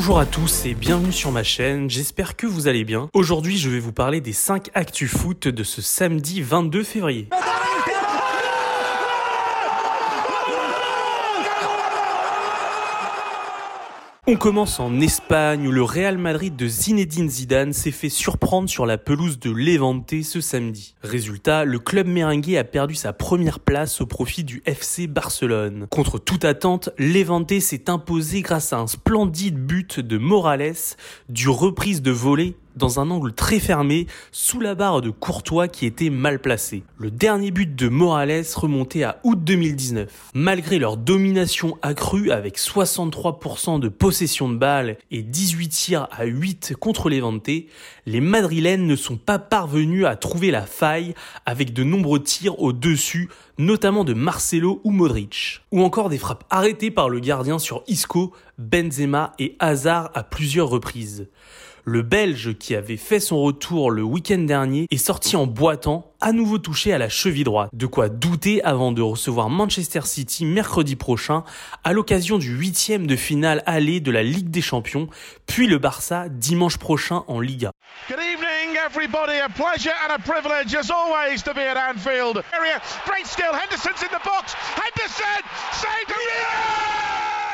Bonjour à tous et bienvenue sur ma chaîne, j'espère que vous allez bien. Aujourd'hui je vais vous parler des 5 actus foot de ce samedi 22 février. On commence en Espagne où le Real Madrid de Zinedine Zidane s'est fait surprendre sur la pelouse de Levante ce samedi. Résultat, le club merengue a perdu sa première place au profit du FC Barcelone. Contre toute attente, Levante s'est imposé grâce à un splendide but de Morales, du reprise de volée dans un angle très fermé, sous la barre de Courtois qui était mal placé. Le dernier but de Morales remontait à août 2019. Malgré leur domination accrue avec 63% de possession de balle et 18 tirs à 8 contre Levante, les Madrilènes ne sont pas parvenus à trouver la faille avec de nombreux tirs au-dessus, notamment de Marcelo ou Modric. Ou encore des frappes arrêtées par le gardien sur Isco, Benzema et Hazard à plusieurs reprises. Le Belge, qui avait fait son retour le week-end dernier, est sorti en boitant, à nouveau touché à la cheville droite. De quoi douter avant de recevoir Manchester City mercredi prochain, à l'occasion du 8e de finale aller de la Ligue des Champions, puis le Barça dimanche prochain en Liga. Good evening, everybody. A pleasure and a privilege, as always, to be at Anfield. Great skill. Henderson's in the box. Henderson saved it.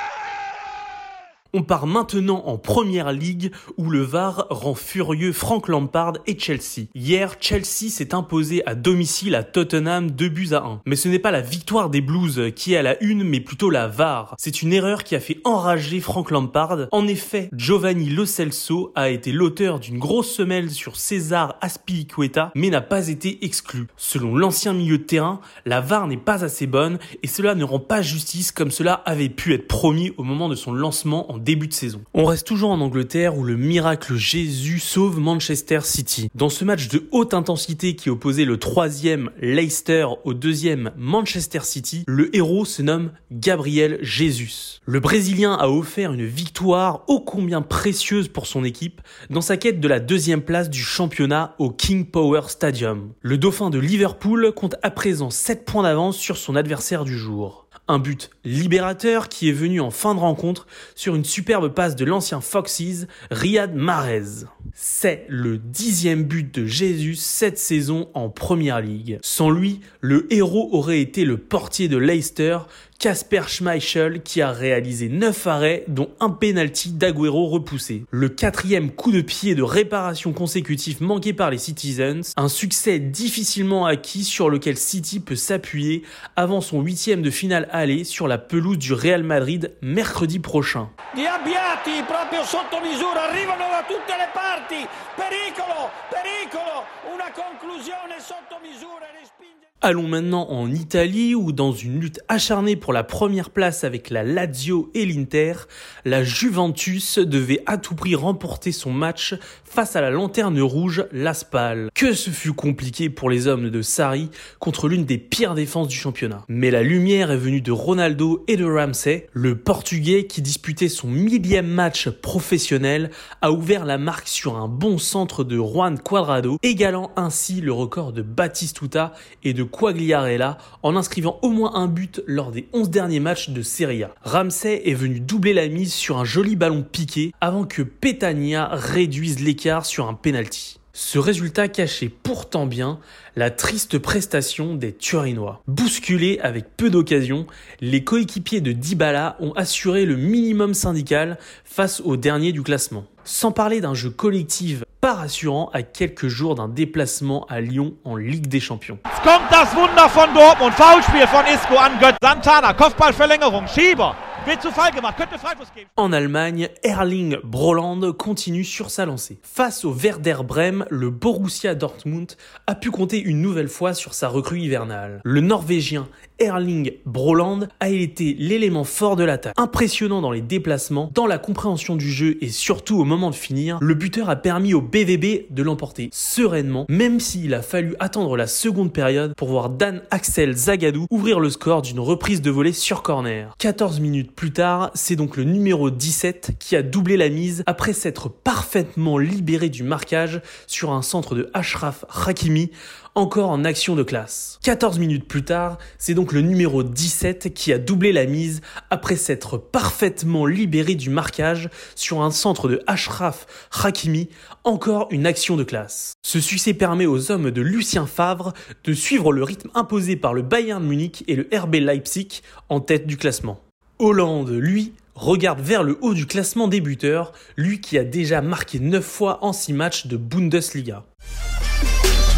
On part maintenant en Première Ligue où le VAR rend furieux Frank Lampard et Chelsea. Hier, Chelsea s'est imposé à domicile à Tottenham 2-1. Mais ce n'est pas la victoire des Blues qui est à la une, mais plutôt la VAR. C'est une erreur qui a fait enrager Frank Lampard. En effet, Giovanni Lo Celso a été l'auteur d'une grosse semelle sur César Azpilicueta, mais n'a pas été exclu. Selon l'ancien milieu de terrain, la VAR n'est pas assez bonne et cela ne rend pas justice comme cela avait pu être promis au moment de son lancement en début de saison. On reste toujours en Angleterre où le miracle Jésus sauve Manchester City. Dans ce match de haute intensité qui opposait le 3e Leicester au 2e Manchester City, le héros se nomme Gabriel Jesus. Le Brésilien a offert une victoire ô combien précieuse pour son équipe dans sa quête de la 2e place du championnat au King Power Stadium. Le dauphin de Liverpool compte à présent 7 points d'avance sur son adversaire du jour. Un but libérateur qui est venu en fin de rencontre sur une superbe passe de l'ancien Foxes, Riyad Mahrez. C'est le 10e but de Jesus cette saison en Première Ligue. Sans lui, le héros aurait été le portier de Leicester, Kasper Schmeichel, qui a réalisé 9 arrêts dont un penalty d'Agüero repoussé. Le 4e coup de pied de réparation consécutif manqué par les Citizens, un succès difficilement acquis sur lequel City peut s'appuyer avant son 8e de finale aller sur la pelouse du Real Madrid mercredi prochain. Gli abbiati proprio sotto misura arrivano da tutte le parti. Pericolo, pericolo, una conclusione sotto misura e respinge. Allons maintenant en Italie où dans une lutte acharnée pour la première place avec la Lazio et l'Inter, la Juventus devait à tout prix remporter son match face à la lanterne rouge, la Spal. Que ce fut compliqué pour les hommes de Sarri contre l'une des pires défenses du championnat. Mais la lumière est venue de Ronaldo et de Ramsey. Le Portugais qui disputait son 1000e match professionnel a ouvert la marque sur un bon centre de Juan Cuadrado, égalant ainsi le record de Batistuta et de Quagliarella en inscrivant au moins un but lors des 11 derniers matchs de Serie A. Ramsey est venu doubler la mise sur un joli ballon piqué avant que Petagna réduise l'écart sur un penalty. Ce résultat cachait pourtant bien la triste prestation des Turinois. Bousculés avec peu d'occasions, les coéquipiers de Dybala ont assuré le minimum syndical face aux derniers du classement. Sans parler d'un jeu collectif pas rassurant à quelques jours d'un déplacement à Lyon en Ligue des Champions. Es kommt das Wunder von Dortmund, Foulspiel von Isco an Götze, Santana, Kopfballverlängerung, Schieber. Wird zu Fall gemacht, könnte Freistoß geben. En Allemagne, Erling Brøland continue sur sa lancée. Face au Werder Brême, le Borussia Dortmund a pu compter une nouvelle fois sur sa recrue hivernale. Le Norvégien Erling Brøland a été l'élément fort de l'attaque. Impressionnant dans les déplacements, dans la compréhension du jeu et surtout au moment de finir, le buteur a permis au BVB de l'emporter sereinement, même s'il a fallu attendre la seconde période pour voir Dan Axel Zagadou ouvrir le score d'une reprise de volée sur corner. 14 minutes plus tard, c'est donc le numéro 17 qui a doublé la mise après s'être parfaitement libéré du marquage sur un centre de Achraf Hakimi, encore en action de classe. 14 minutes plus tard, c'est donc le numéro 17 qui a doublé la mise après s'être parfaitement libéré du marquage sur un centre de Achraf Hakimi, encore une action de classe. Ce succès permet aux hommes de Lucien Favre de suivre le rythme imposé par le Bayern Munich et le RB Leipzig en tête du classement. Haaland, lui, regarde vers le haut du classement des buteurs, lui qui a déjà marqué 9 fois en 6 matchs de Bundesliga.